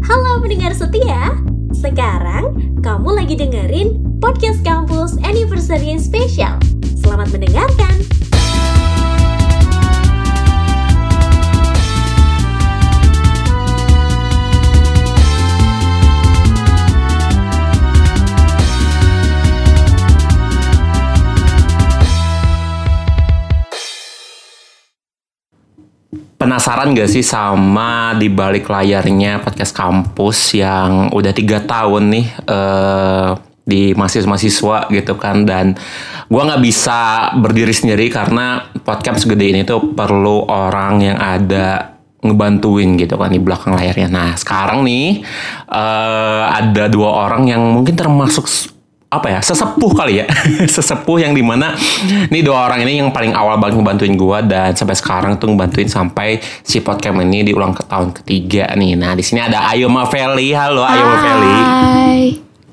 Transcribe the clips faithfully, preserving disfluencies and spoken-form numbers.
Halo pendengar setia, sekarang kamu lagi dengerin Podcast Kampus Anniversary Special. Selamat mendengarkan. Penasaran gak sih sama di balik layarnya podcast kampus yang udah tiga tahun nih uh, di mahasiswa-mahasiswa gitu kan. Dan gue gak bisa berdiri sendiri karena podcast segede ini tuh perlu orang yang ada ngebantuin gitu kan di belakang layarnya. Nah sekarang nih uh, ada dua orang yang mungkin termasuk apa ya, sesepuh kali ya sesepuh yang dimana nih dua orang ini yang paling awal banget ngebantuin gue dan sampai sekarang tuh ngebantuin sampai si podcast ini diulang ke tahun ketiga nih. Nah di sini ada Ayu sama Feli. Halo Ayu sama Feli. Hai.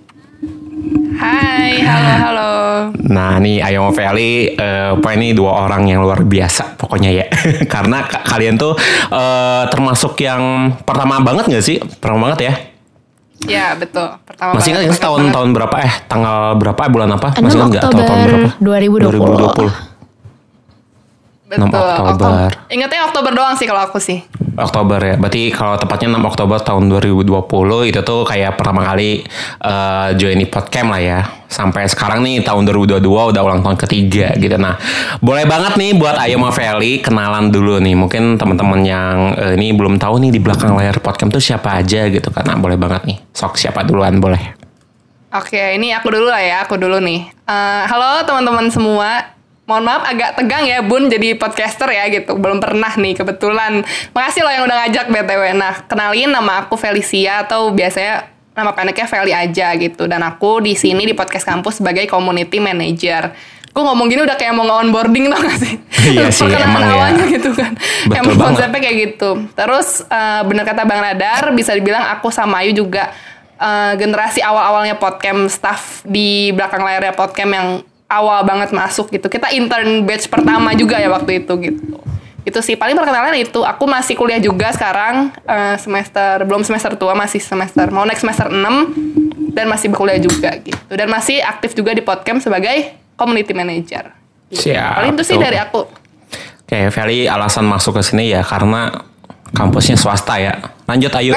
Hai, halo halo. Nah nih Ayu sama Feli, uh, apa ini dua orang yang luar biasa pokoknya ya. Karena k- kalian tuh uh, termasuk yang pertama banget gak sih? Pertama banget ya? Ya betul. Pertama masih kan tahun tahun berapa eh tanggal berapa eh bulan apa? enam Masih kan nggak tahu tahun berapa? dua ribu dua puluh. Betul. enam Oktober. Oktober. Ingatnya Oktober doang sih kalau aku sih. Oktober ya. Berarti kalau tepatnya enam Oktober tahun dua ribu dua puluh itu tuh kayak pertama kali uh, join di podcast lah ya. Sampai sekarang nih tahun dua ribu dua puluh dua udah ulang tahun ketiga gitu. Nah, boleh banget nih buat Ayu sama Feli kenalan dulu nih. Mungkin teman-teman yang uh, ini belum tahu nih di belakang layar podcast tuh siapa aja gitu kan. Nah, boleh banget nih. Sok siapa duluan boleh. Oke, ini aku dulu lah ya. Aku dulu nih. Uh, halo teman-teman semua. Mohon maaf agak tegang ya Bun jadi podcaster ya gitu. Belum pernah nih kebetulan. Makasih loh yang udah ngajak B T W. Nah kenalin nama aku Felicia atau biasanya nama pendeknya Feli aja gitu. Dan aku di sini di podcast kampus sebagai community manager. Gue ngomong gini udah kayak mau nge-onboarding tau gak sih? Iya sih emang ya. Gitu kan. Betul emang banget. Konsepnya kayak gitu. Terus uh, bener kata Bang Radar bisa dibilang aku sama Ayu juga uh, generasi awal-awalnya podcast staff di belakang layarnya podcast yang awal banget masuk gitu. Kita intern batch pertama juga ya waktu itu gitu. Itu sih paling perkenalan itu. Aku masih kuliah juga sekarang uh, semester belum semester tua, masih semester mau next semester enam dan masih berkuliah juga gitu. Dan masih aktif juga di podcast sebagai community manager. Gitu. Siap. Paling itu sih dari aku. Oke, Feli alasan masuk ke sini ya karena kampusnya swasta ya. Lanjut Ayu.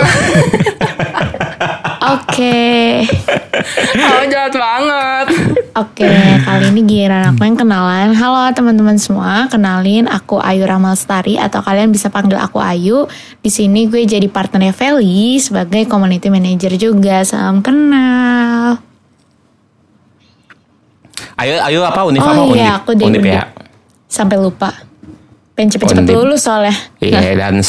Oke. Oh jahat banget. Oke, kali ini giliran aku yang kenalan. Halo teman-teman semua, kenalin aku Ayu Ramalstari atau kalian bisa panggil aku Ayu. Di sini gue jadi partnernya Feli sebagai community manager juga. Salam kenal. Ayu Ayu apa Unif Oh apa Unif? iya, aku di Unif Undip. ya. Sampai lupa. Pengen cepet-cepet Undip. lulus soalnya. Iya Nah. dan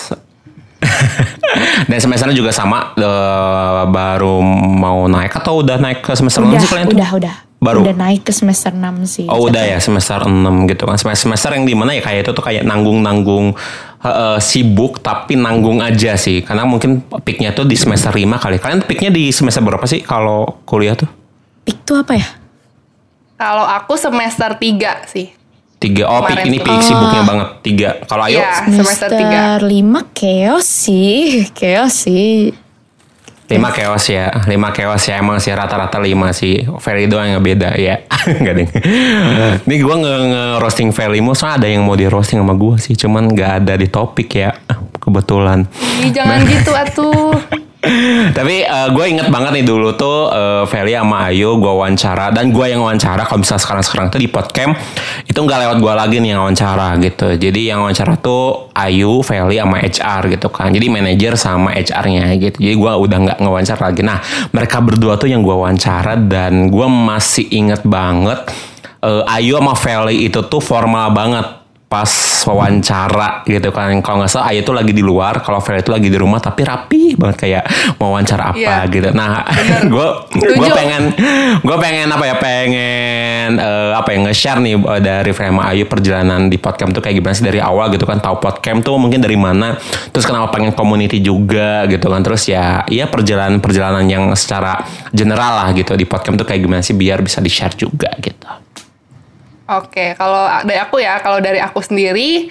dan semesternya juga sama uh, baru mau naik atau udah naik ke semester Udah, enam sih kalian tuh? udah, udah. Baru? Udah naik ke semester enam sih. Oh udah ya semester enam gitu kan. Semester yang dimana ya kayak itu tuh kayak nanggung-nanggung uh, sibuk tapi nanggung aja sih. Karena mungkin peaknya tuh di semester lima kali. Kalian peaknya di semester berapa sih kalau kuliah tuh? Peak tuh apa ya? Kalau aku semester tiga sih. Tiga. Oh peak, Kemarin ini tuh. peak sibuknya banget. Tiga. Kalau Ayu? Iya. Semester tiga. lima chaos sih. Chaos sih. Lima chaos ya. Lima chaos ya. Emang sih rata-rata lima sih. Feli doang yang beda ya. Gak deh. Ini gue nge-roasting Feli mu. Soalnya ada yang mau di-roasting sama gue sih. Cuman gak ada di topik ya. Kebetulan. Ih, jangan gitu atuh. Tapi uh, gue inget banget nih dulu tuh uh, Feli sama Ayu gue wawancara. Dan gue yang wawancara. Kalau misalnya sekarang-sekarang tuh di podcast itu gak lewat gue lagi nih yang wawancara gitu. Jadi yang wawancara tuh Ayu, Feli sama H R gitu kan. Jadi manajer sama H R-nya gitu. Jadi gue udah gak ngewawancara lagi. Nah mereka berdua tuh yang gue wawancara. Dan gue masih inget banget uh, Ayu sama Feli itu tuh formal banget pas wawancara gitu kan. Kalau nggak salah Ayu tuh lagi di luar, kalau Feli itu lagi di rumah tapi rapi banget kayak mau wawancara apa Iya, gitu. Nah, gue gue pengen gue pengen apa ya pengen uh, apa ya nge-share nih uh, dari Feli sama Ayu perjalanan di podcast tuh kayak gimana sih dari awal gitu kan. Tahu podcast tuh mungkin dari mana, terus kenapa pengen community juga gitu kan. Terus ya iya perjalanan perjalanan yang secara general lah gitu di podcast tuh kayak gimana sih biar bisa di-share juga gitu. Oke, kalau dari aku ya, kalau dari aku sendiri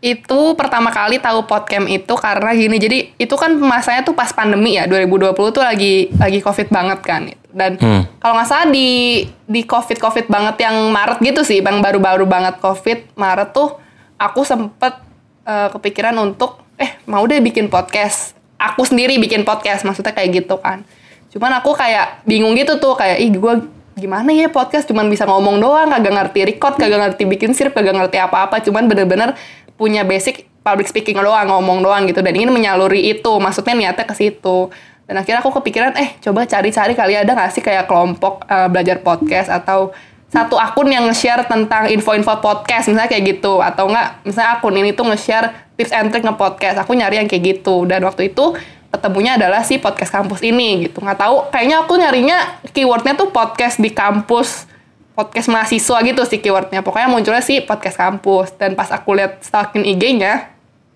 Itu pertama kali tahu podcast itu karena gini, jadi itu kan masanya tuh pas pandemi ya, dua ribu dua puluh tuh lagi lagi covid banget kan. Dan hmm. kalau nggak salah di di covid covid banget yang Maret gitu sih, bang baru-baru banget covid Maret tuh aku sempet uh, kepikiran untuk eh mau deh bikin podcast, aku sendiri bikin podcast, maksudnya kayak gitu kan. Cuman aku kayak bingung gitu tuh, kayak ih gue gimana ya podcast, cuman bisa ngomong doang, kagak ngerti record, kagak ngerti bikin script, kagak ngerti apa-apa, cuman bener-bener punya basic public speaking doang, ngomong doang gitu, dan ingin menyaluri itu, maksudnya niatnya ke situ. Dan akhirnya aku kepikiran, eh coba cari-cari kali ada nggak sih kayak kelompok uh, belajar podcast atau satu akun yang nge-share tentang info-info podcast, misalnya kayak gitu, atau enggak misalnya akun ini tuh nge-share tips and trick nge-podcast. Aku nyari yang kayak gitu, dan waktu itu ketemunya adalah si podcast kampus ini gitu. Nggak tahu, kayaknya aku nyarinya keywordnya tuh podcast di kampus, podcast mahasiswa gitu sih keywordnya. Pokoknya munculnya sih podcast kampus. Dan pas aku lihat stalking I G-nya,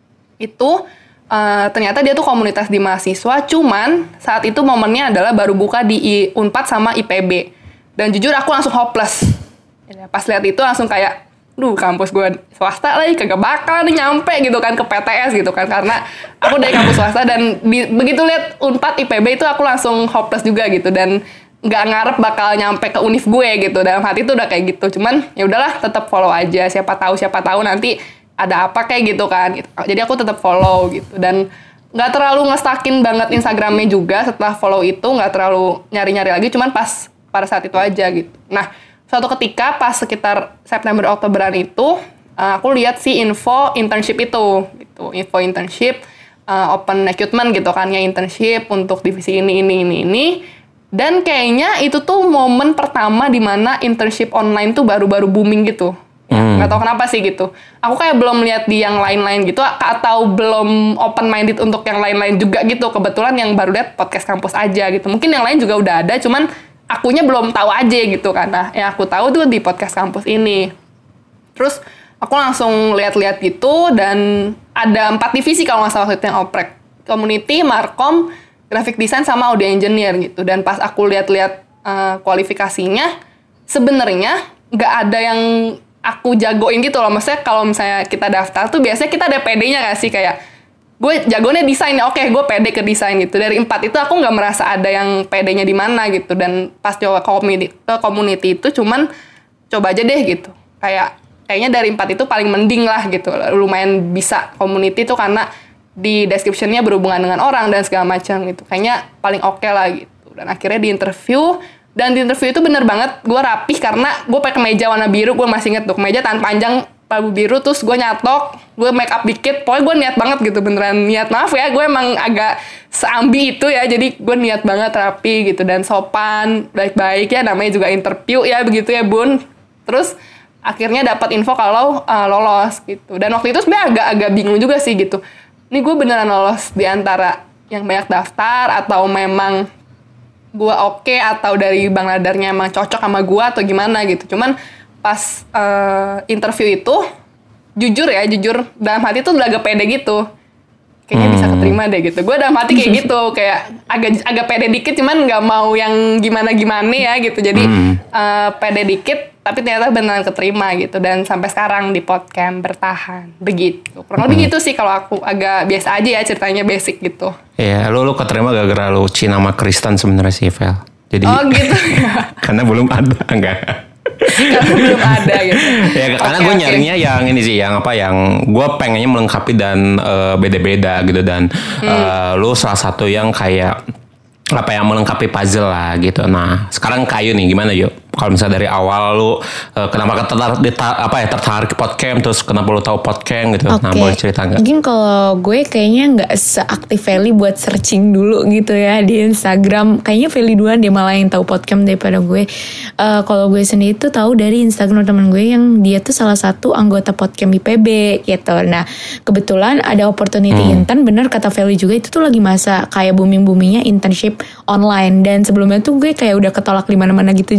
itu uh, ternyata dia tuh komunitas di mahasiswa. Cuman saat itu momennya adalah baru buka di Unpad sama I P B. Dan jujur aku langsung hopeless. Pas lihat itu langsung kayak, duh kampus gue swasta lagi, kagak bakal nih nyampe gitu kan ke P T S gitu kan. Karena aku dari kampus swasta dan di, begitu lihat Unpad I P B itu aku langsung hopeless juga gitu. Dan nggak ngarep bakal nyampe ke univ gue gitu, dalam hati tuh udah kayak gitu. Cuman ya udahlah, tetap follow aja, siapa tahu siapa tahu nanti ada apa kayak gitu kan gitu. Jadi aku tetap follow gitu, dan nggak terlalu ngestakin banget Instagramnya juga. Setelah follow itu nggak terlalu nyari-nyari lagi, cuman pas pada saat itu aja gitu. Nah suatu ketika pas sekitar September Oktoberan itu aku lihat si info internship itu gitu, info internship uh, open recruitment gitu kan ya, internship untuk divisi ini ini ini ini. Dan kayaknya itu tuh momen pertama di mana internship online tuh baru-baru booming gitu. Hmm. Gak tau kenapa sih gitu. Aku kayak belum lihat di yang lain-lain gitu, atau belum open minded untuk yang lain-lain juga gitu. Kebetulan yang baru lihat podcast kampus aja gitu. Mungkin yang lain juga udah ada, cuman akunya belum tahu aja gitu kan. Nah, yang aku tahu tuh di podcast kampus ini. Terus aku langsung lihat-lihat gitu, dan ada empat divisi kalau nggak salah itu yang oprek. Community, Markom, graphic design sama audio engineer gitu. Dan pas aku lihat-lihat uh, kualifikasinya, sebenarnya nggak ada yang aku jagoin gitu loh. Maksudnya kalau misalnya kita daftar tuh biasanya kita ada P D-nya nggak sih, kayak gue jagonya desain, oke gue P D ke desain gitu. Dari empat itu aku nggak merasa ada yang P D-nya di mana gitu. Dan pas coba community, ke community itu cuman coba aja deh gitu. Kayak kayaknya dari empat itu paling mending lah gitu. Lumayan bisa community tuh karena di description-nya berhubungan dengan orang dan segala macam gitu. Kayaknya paling oke okay lah gitu. Dan akhirnya di interview, dan di interview itu bener banget gue rapih karena gue pakai kemeja warna biru. Gue masih inget tuh, kemeja tangan panjang palu biru, terus gue nyatok, gue make up dikit. Pokoknya gue niat banget gitu, beneran niat. Maaf ya, gue emang agak seambi itu ya, jadi gue niat banget rapi gitu dan sopan, baik-baik ya, namanya juga interview ya, begitu ya bun. Terus akhirnya dapat info kalau uh, lolos gitu. Dan waktu itu sebenarnya agak-agak bingung juga sih gitu. Ini gue beneran lolos di antara yang banyak daftar, atau memang gue oke, okay, atau dari Bang Radarnya emang cocok sama gue atau gimana gitu. Cuman pas uh, interview itu, jujur ya, jujur dalam hati tuh udah agak pede gitu. Kayaknya hmm. bisa keterima deh gitu. Gue dalam hati kayak gitu, kayak agak agak pede dikit, cuman nggak mau yang gimana-gimana ya gitu. Jadi hmm. uh, pede dikit, tapi ternyata beneran keterima gitu. Dan sampai sekarang di podcast bertahan begitu. Kurang lebih hmm. gitu sih kalau aku. Agak biasa aja ya ceritanya, basic gitu. Iya, lu lu keterima gara-gara lu Cina sama Kristen sebenarnya sih, Vel. Jadi oh gitu ya. Karena belum ada, enggak. Karena belum ada gitu. Ya karena okay, gue okay. nyarinya yang ini sih, yang apa, yang gue pengennya melengkapi dan uh, beda-beda gitu. Dan hmm. uh, lu salah satu yang kayak apa yang melengkapi puzzle lah gitu. Nah sekarang Kayu nih gimana yuk? Kalau misalnya dari awal lu uh, kenapa tertarik, apa ya tertarik podcast, terus kenapa lu tahu podcast gitu? Okay. Nah boleh cerita nggak? Mungkin kalau gue kayaknya nggak seaktif Feli buat searching dulu gitu ya di Instagram. Kayaknya Feli duluan dia malah yang tahu podcast daripada gue. Uh, kalau gue sendiri tuh tahu dari Instagram teman gue yang dia tuh salah satu anggota podcast I P B gitu. Nah kebetulan ada opportunity hmm. intern, bener kata Feli juga, itu tuh lagi masa kayak booming boomingnya internship online. Dan sebelumnya tuh gue kayak udah ketolak di mana-mana gitu juga kan.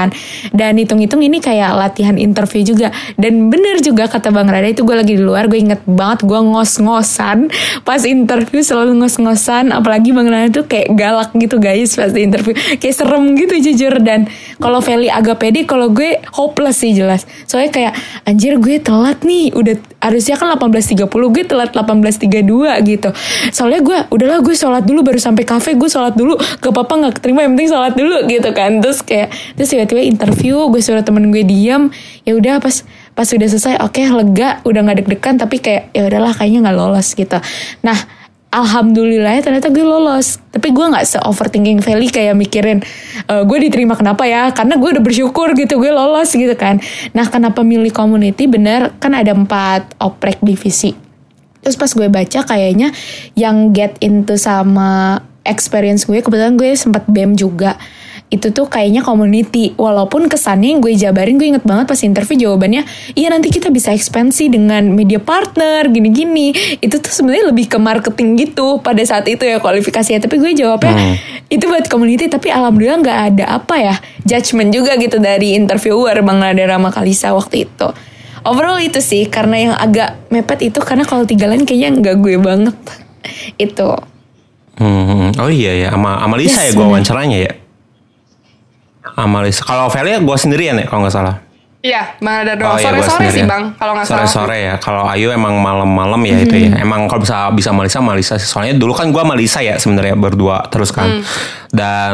kan. Dan hitung-hitung ini kayak latihan interview juga. Dan bener juga kata Bang Rada, itu gue lagi di luar, gue inget banget gue ngos-ngosan pas interview, selalu ngos-ngosan. Apalagi Bang Rada tuh kayak galak gitu guys pas di interview, kayak serem gitu jujur. Dan kalau Feli agak pede, kalau gue hopeless sih jelas. Soalnya kayak anjir gue telat nih, udah harusnya kan delapan belas tiga puluh, gue telat delapan belas tiga puluh dua gitu. Soalnya gue udahlah gue sholat dulu baru sampai kafe, gue sholat dulu, gak apa-apa gak keterima, yang penting sholat dulu gitu kan. Terus kayak terus tiba-tiba interview, gue suruh temen gue diam, ya udah pas pas udah selesai oke okay, lega, udah nggak deg-degan, tapi kayak ya udahlah kayaknya nggak lolos gitu. Nah alhamdulillah ya ternyata gue lolos. Tapi gue gak se-overthinking Feli kayak mikirin e, gue diterima kenapa ya, karena gue udah bersyukur gitu gue lolos gitu kan. Nah kenapa milih community, bener kan ada empat oprek divisi. Terus pas gue baca kayaknya yang get into sama experience gue, kebetulan gue sempat B E M juga, itu tuh kayaknya community. Walaupun kesannya yang gue jabarin, gue inget banget pas interview jawabannya, iya nanti kita bisa ekspansi dengan media partner gini-gini. Itu tuh sebenarnya lebih ke marketing gitu pada saat itu ya kualifikasinya. Tapi gue jawabnya hmm. itu buat community. Tapi alhamdulillah gak ada apa ya, judgement juga gitu dari interviewer Bang Rada sama Kalisa waktu itu. Overall itu sih, karena yang agak mepet itu karena kalau tiga lain kayaknya gak gue banget. Itu. Hmm, oh iya ya, sama, sama Lisa yes, ya gue wawancaranya ya. Amalis. Kalau Feli gue sendirian ya kalau nggak salah. Iya, Bang Rada doang. Oh, sore-sore iya, sih Bang, kalau nggak salah. Sore-sore ya. Kalau Ayu emang malam-malam ya mm-hmm. itu ya. Emang kalau bisa bisa Malisa Malisa. Soalnya dulu kan gue Malisa ya sebenarnya berdua terus kan. Mm. Dan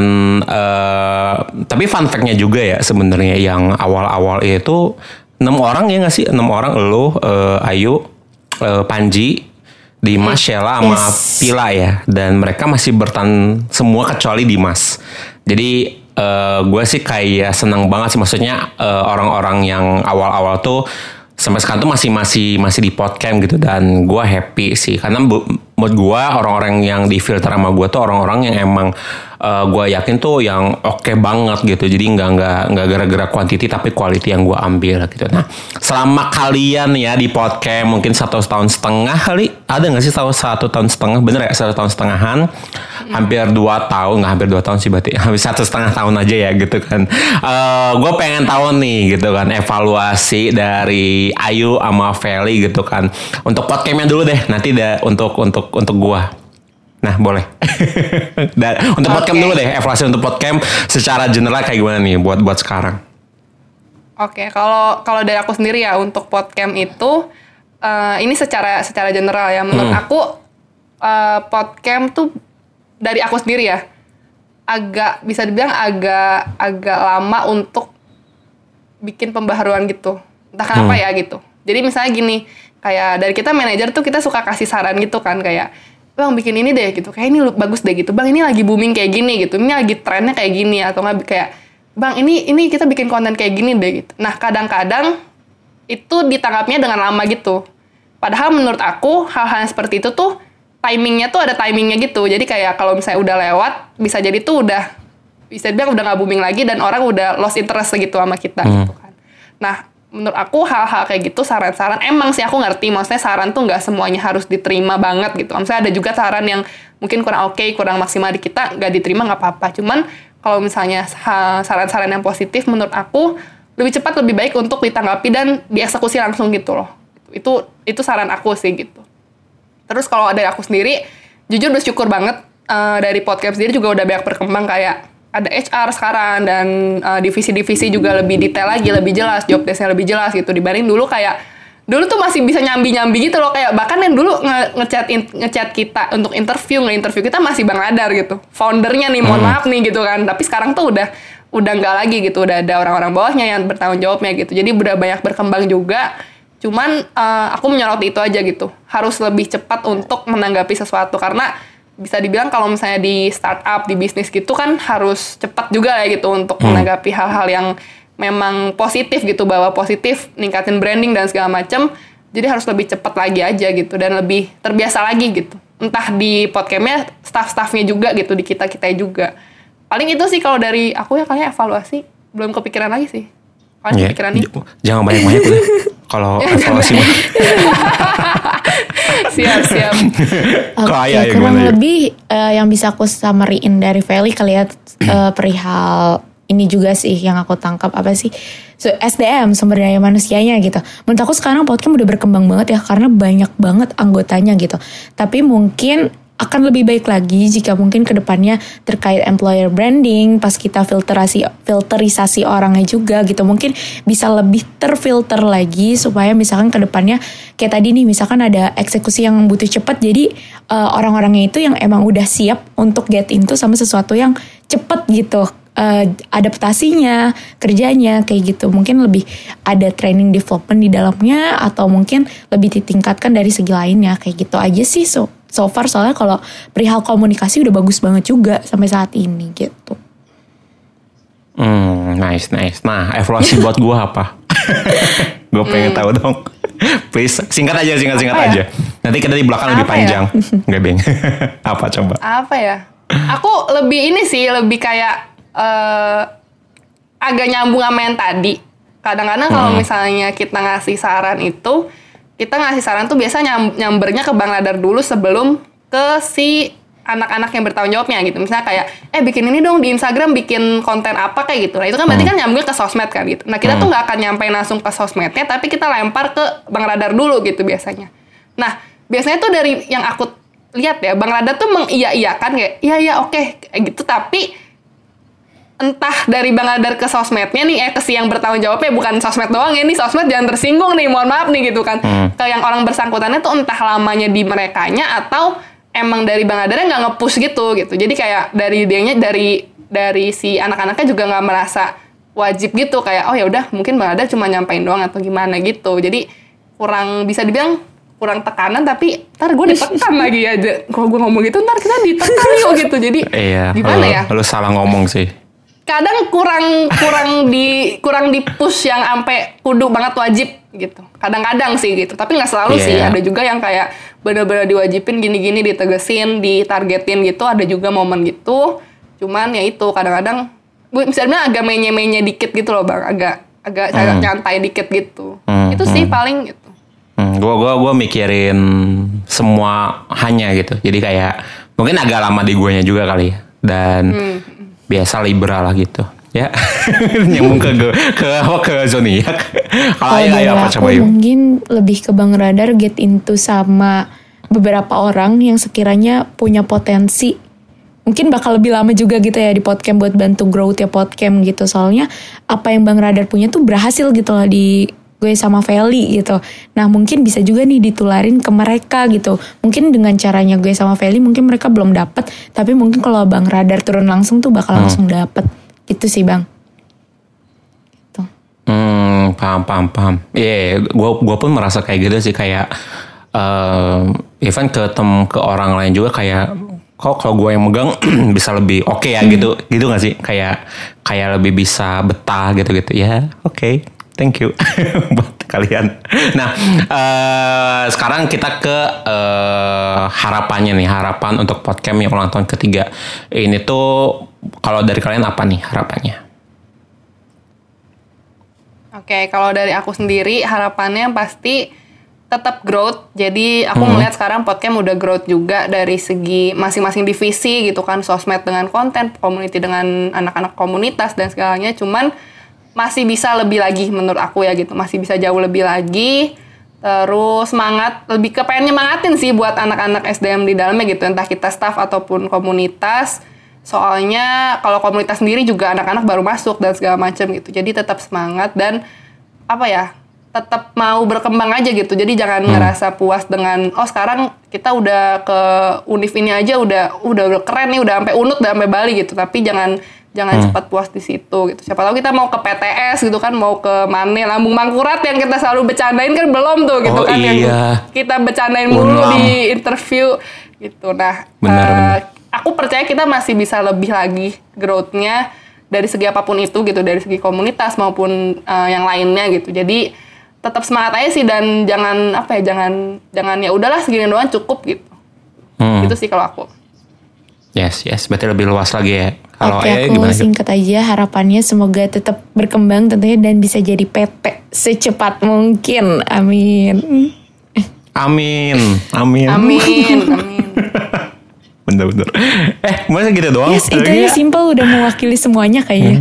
uh, tapi fun fact-nya juga ya sebenarnya yang awal-awal itu enam orang ya nggak sih? Enam orang lo, uh, Ayu, uh, Panji, Dimas, mm. Sheila sama yes. Pila ya. Dan mereka masih bertahan semua kecuali Dimas. Jadi Uh, gue sih kayak seneng banget sih, maksudnya uh, orang-orang yang awal-awal tuh sampai sekarang tuh masih masih masih di podcast gitu, dan gue happy sih karena bu, menurut gue orang-orang yang di filter sama gue tuh orang-orang yang emang uh, gue yakin tuh yang oke okay banget gitu. Jadi nggak nggak nggak gara-gara quantity tapi quality yang gue ambil gitu. Nah selama kalian ya di podcast mungkin satu tahun setengah kali, ada nggak sih satu satu tahun setengah, bener ya satu tahun setengahan, hmm. hampir dua tahun nggak hampir dua tahun sih berarti hampir satu setengah tahun aja ya gitu kan. Uh, gue pengen tahu nih gitu kan evaluasi dari Ayu sama Feli gitu kan untuk podcastnya dulu deh, nanti deh untuk untuk untuk gue. Nah boleh. Dan untuk okay. podcast dulu deh, evaluasi untuk podcast secara general kayak gimana nih buat buat sekarang. Oke, okay, kalau kalau dari aku sendiri ya untuk podcast itu uh, ini secara secara general ya menurut hmm. aku uh, podcast tuh dari aku sendiri ya agak bisa dibilang agak agak lama untuk bikin pembaharuan gitu. Entah kenapa hmm. ya gitu. Jadi misalnya gini, kayak dari kita manajer tuh kita suka kasih saran gitu kan, kayak Bang bikin ini deh gitu, kayak ini bagus deh gitu. Bang ini lagi booming kayak gini gitu, ini lagi trennya kayak gini, atau nggak kayak Bang ini ini kita bikin konten kayak gini deh gitu. Nah kadang-kadang itu ditangkapnya dengan lama gitu. Padahal menurut aku hal-hal yang seperti itu tuh timingnya tuh ada timingnya gitu. Jadi kayak kalau misalnya udah lewat, bisa jadi tuh udah bisa dibilang udah nggak booming lagi dan orang udah lost interest gitu sama kita hmm. gitu kan. Nah menurut aku hal-hal kayak gitu, saran-saran emang sih aku ngerti, maksudnya saran tuh nggak semuanya harus diterima banget gitu. Maksudnya ada juga saran yang mungkin kurang oke, okay, kurang maksimal di kita, nggak diterima nggak apa-apa. Cuman kalau misalnya saran-saran yang positif menurut aku lebih cepat lebih baik untuk ditanggapi dan dieksekusi langsung gitu loh. Itu itu saran aku sih gitu. Terus kalau dari aku sendiri, jujur bersyukur banget uh, dari podcast sendiri juga udah banyak berkembang, kayak ada H R sekarang dan uh, divisi-divisi juga lebih detail lagi, lebih jelas, job desk-nya lebih jelas gitu dibanding dulu. Kayak dulu tuh masih bisa nyambi-nyambi gitu loh, kayak bahkan yang dulu nge- ngechat in- ngechat kita untuk interview, nge-interview kita masih Bang Radar gitu, foundernya nih, mohon maaf nih gitu kan. Tapi sekarang tuh udah udah nggak lagi gitu, udah ada orang-orang bawahnya yang bertanggung jawabnya gitu. Jadi udah banyak berkembang juga. Cuman uh, aku menyoroti itu aja gitu, harus lebih cepat untuk menanggapi sesuatu, karena bisa dibilang kalau misalnya di startup, di bisnis gitu kan harus cepat juga ya gitu untuk hmm. menanggapi hal-hal yang memang positif gitu, bawa positif, ningkatin branding dan segala macam. Jadi harus lebih cepat lagi aja gitu dan lebih terbiasa lagi gitu. Entah di podcastnya, staff-staffnya juga gitu, di kita-kita juga. Paling itu sih kalau dari aku ya, kayaknya evaluasi belum kepikiran lagi sih. Kalian yeah. kepikiran itu? Jangan banyak-banyak deh kalau evaluasi mah. Siap-siap. Oke, okay, kurang lebih uh, yang bisa aku summary-in dari Feli kali ya uh, perihal ini juga sih yang aku tangkap apa sih so, S D M sumber daya manusianya gitu. Menurut aku sekarang podcast udah berkembang banget ya karena banyak banget anggotanya gitu. Tapi mungkin akan lebih baik lagi jika mungkin kedepannya terkait employer branding pas kita filterasi filterisasi orangnya juga gitu, mungkin bisa lebih terfilter lagi supaya misalkan kedepannya kayak tadi nih misalkan ada eksekusi yang butuh cepat, jadi uh, orang-orangnya itu yang emang udah siap untuk get into sama sesuatu yang cepat gitu. Uh, adaptasinya, kerjanya kayak gitu. Mungkin lebih ada training development di dalamnya atau mungkin lebih ditingkatkan dari segi lainnya kayak gitu aja sih. So, so far soalnya kalau perihal komunikasi udah bagus banget juga sampai saat ini gitu. Hmm, nice, nice. Nah, evaluasi buat gue apa? Gue pengen hmm. tahu dong. Please, singkat aja, singkat-singkat ya? aja. Nanti kita di belakang apa lebih panjang. Ya? Nggak beng. Apa coba? Apa ya? Aku lebih ini sih, lebih kayak uh, agak nyambung sama yang tadi. Kadang-kadang hmm. kalau misalnya kita ngasih saran itu, kita ngasih saran tuh biasa nyam, nyambernya ke Bang Radar dulu sebelum ke si anak-anak yang bertanggung jawabnya gitu. Misalnya kayak, eh bikin ini dong di Instagram, bikin konten apa kayak gitu. Nah itu kan berarti hmm. kan nyambungnya ke sosmed kan gitu. Nah kita hmm. tuh gak akan nyampe langsung ke sosmednya, tapi kita lempar ke Bang Radar dulu gitu biasanya. Nah biasanya tuh dari yang aku lihat ya, Bang Radar tuh mengiya-iyakan kayak, iya iya oke okay, kayak gitu. Tapi entah dari Bang Radar ke sosmednya nih, eh ke si yang bertanggung jawabnya, bukan sosmed doang ya, nih sosmed jangan tersinggung nih, mohon maaf nih gitu kan. Hmm. Ke yang orang bersangkutannya tuh entah lamanya di merekanya atau emang dari Bang Radarnya nggak nge-push gitu gitu. Jadi kayak dari dianya dari dari si anak-anaknya juga nggak merasa wajib gitu kayak oh ya udah mungkin Bang Radar cuma nyampein doang atau gimana gitu. Jadi kurang bisa dibilang kurang tekanan, tapi ntar gue ditekan lagi aja. Kalau gue ngomong gitu ntar kita ditekan yuk gitu. Jadi iya, gimana lu, ya? Lu salah ngomong sih. Kadang kurang kurang di kurang di push yang sampai kudu banget wajib gitu. Kadang-kadang sih gitu. Tapi nggak selalu yeah. sih. Ada juga yang kayak benar-benar diwajibin gini-gini, ditegesin, ditargetin gitu. Ada juga momen gitu. Cuman ya itu kadang-kadang gue misalnya agak menye-menye dikit gitu loh Bang. Agak agak hmm. nyantai dikit gitu. Hmm. Itu sih hmm. paling gitu. Hmm, gue gue gue mikirin semua hanya gitu. Jadi kayak mungkin agak lama di guanya juga kali ya. Dan hmm. biasa liberal lah gitu. Ya, nyambung ke ke apa ke zodiak. Kalau ayo ayo apa coba yuk. Mungkin lebih ke Bang Radar get into sama beberapa orang yang sekiranya punya potensi. Mungkin bakal lebih lama juga gitu ya di podcast buat bantu growth ya podcast gitu. Soalnya apa yang Bang Radar punya tuh berhasil gitu loh di gue sama Feli gitu. Nah mungkin bisa juga nih ditularin ke mereka gitu. Mungkin dengan caranya gue sama Feli mungkin mereka belum dapet, tapi mungkin kalau Bang Radar turun langsung tuh bakal hmm. langsung dapet. Gitu sih Bang. Gitu. Hmm, paham paham paham. Iya, yeah, gue gue pun merasa kayak gitu sih kayak uh, even ke tem ke orang lain juga kayak kok kalau gue yang megang bisa lebih oke okay ya hmm. gitu gitu nggak sih kayak kayak lebih bisa betah gitu gitu ya oke. Okay. Thank you buat kalian. Nah, uh, sekarang kita ke uh, harapannya nih, harapan untuk podcast yang ulang tahun ketiga. Ini tuh kalau dari kalian apa nih harapannya? Oke, okay, kalau dari aku sendiri harapannya pasti tetap growth. Jadi aku hmm. melihat sekarang podcast udah growth juga dari segi masing-masing divisi gitu kan, sosmed dengan konten, community dengan anak-anak komunitas dan segalanya. Cuman masih bisa lebih lagi menurut aku ya gitu, masih bisa jauh lebih lagi. Terus semangat, lebih ke pengen nyemangatin sih buat anak-anak S D M di dalamnya gitu, entah kita staff ataupun komunitas. Soalnya kalau komunitas sendiri juga anak-anak baru masuk dan segala macam gitu. Jadi tetap semangat dan apa ya, tetap mau berkembang aja gitu. Jadi jangan hmm. ngerasa puas dengan oh sekarang kita udah ke univ ini aja udah udah udah keren nih, udah sampai unut, udah sampai Bali gitu. Tapi jangan Jangan hmm. cepat puas di situ gitu. Siapa tahu kita mau ke P T S gitu kan, mau ke mana Lambung Mangkurat yang kita selalu bercandain kan belum tuh gitu oh, kan iya. Yang kita bercandain mulu Unlam. Di interview gitu. Nah, benar, uh, benar. Aku percaya kita masih bisa lebih lagi growth-nya dari segi apapun itu gitu, dari segi komunitas maupun uh, yang lainnya gitu. Jadi tetap semangat aja sih dan jangan apa ya, jangan jangan ya udahlah segini doang cukup gitu. Hmm. Gitu sih kalau aku. Yes, yes, berarti lebih luas lagi ya. Kalau Oke, aku gimana singkat aja harapannya semoga tetap berkembang tentunya dan bisa jadi P T secepat mungkin. Amin. Amin. Amin. Amin. Amin. Bener-bener. Eh, masa gitu doang? Yes, itu aja simple udah mewakili semuanya kayaknya. Hmm.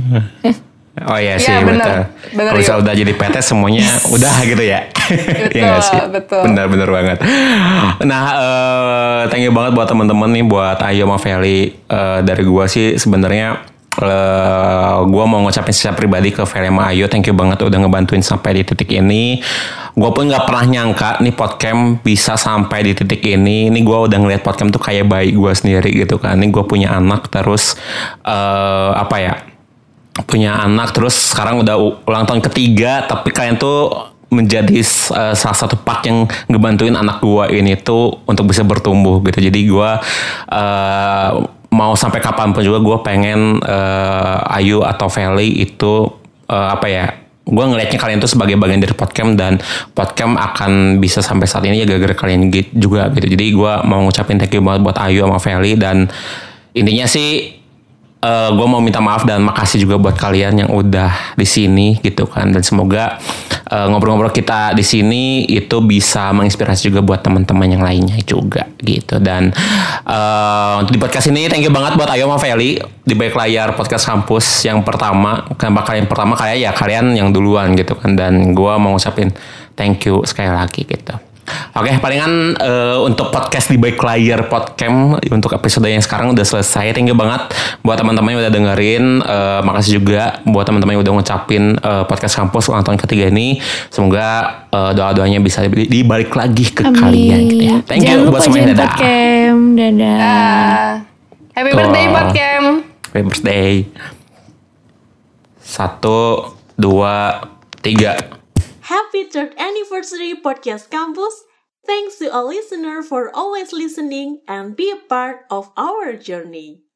Oh iya Iya, sih, bener. betul. Bener, Kalau misalnya Yu. udah jadi P T semuanya udah gitu ya. Betul, Iya nggak sih? betul. Benar-benar banget. Nah, eh, thank you banget buat teman-teman nih, buat Ayu sama Feli. Eh, dari gua sih sebenarnya uh, gua mau ngucapin secara pribadi ke Feli sama Ayu, thank you banget udah ngebantuin sampai di titik ini. Gue pun nggak pernah nyangka nih podcast bisa sampai di titik ini. Ini gue udah ngeliat podcast tuh kayak bayi gue sendiri gitu kan. Ini gue punya anak terus uh, apa ya? Punya anak terus sekarang udah ulang tahun ketiga, tapi kalian tuh menjadi uh, salah satu part yang ngebantuin anak gue ini tuh untuk bisa bertumbuh gitu. Jadi gue uh, mau sampai kapanpun juga gue pengen uh, Ayu atau Feli itu uh, apa ya? Gue ngelihatnya kalian tuh sebagai bagian dari podcast, dan podcast akan bisa sampai saat ini ya gara-gara kalian juga gitu. Jadi gue mau ngucapin thank you banget buat Ayu sama Feli, dan intinya sih Uh, gue mau minta maaf dan makasih juga buat kalian yang udah di sini gitu kan, dan semoga uh, ngobrol-ngobrol kita di sini itu bisa menginspirasi juga buat teman-teman yang lainnya juga gitu. Dan uh, untuk di podcast ini thank you banget buat Ayu sama Feli di balik layar podcast kampus yang pertama. Kenapa kalian pertama, kayak ya kalian yang duluan gitu kan, dan gue mau ngucapin thank you sekali lagi gitu. Oke, palingan uh, untuk podcast di balik layar podcast untuk episode yang sekarang udah selesai. Thank you banget buat teman-teman yang udah dengerin. Uh, makasih juga buat teman-teman yang udah ngucapin uh, podcast kampus ulang tahun ketiga ini. Semoga uh, doa-doanya bisa dibalik lagi ke Amin. kalian gitu ya. Thank Jangan you lupa buat semuanya. join Dadah. podcast. Dadah. Ah, happy birthday Tuh. podcast. Happy birthday. Satu, dua, tiga. Happy third anniversary Podcast Campus. Thanks to all listener for always listening and be a part of our journey.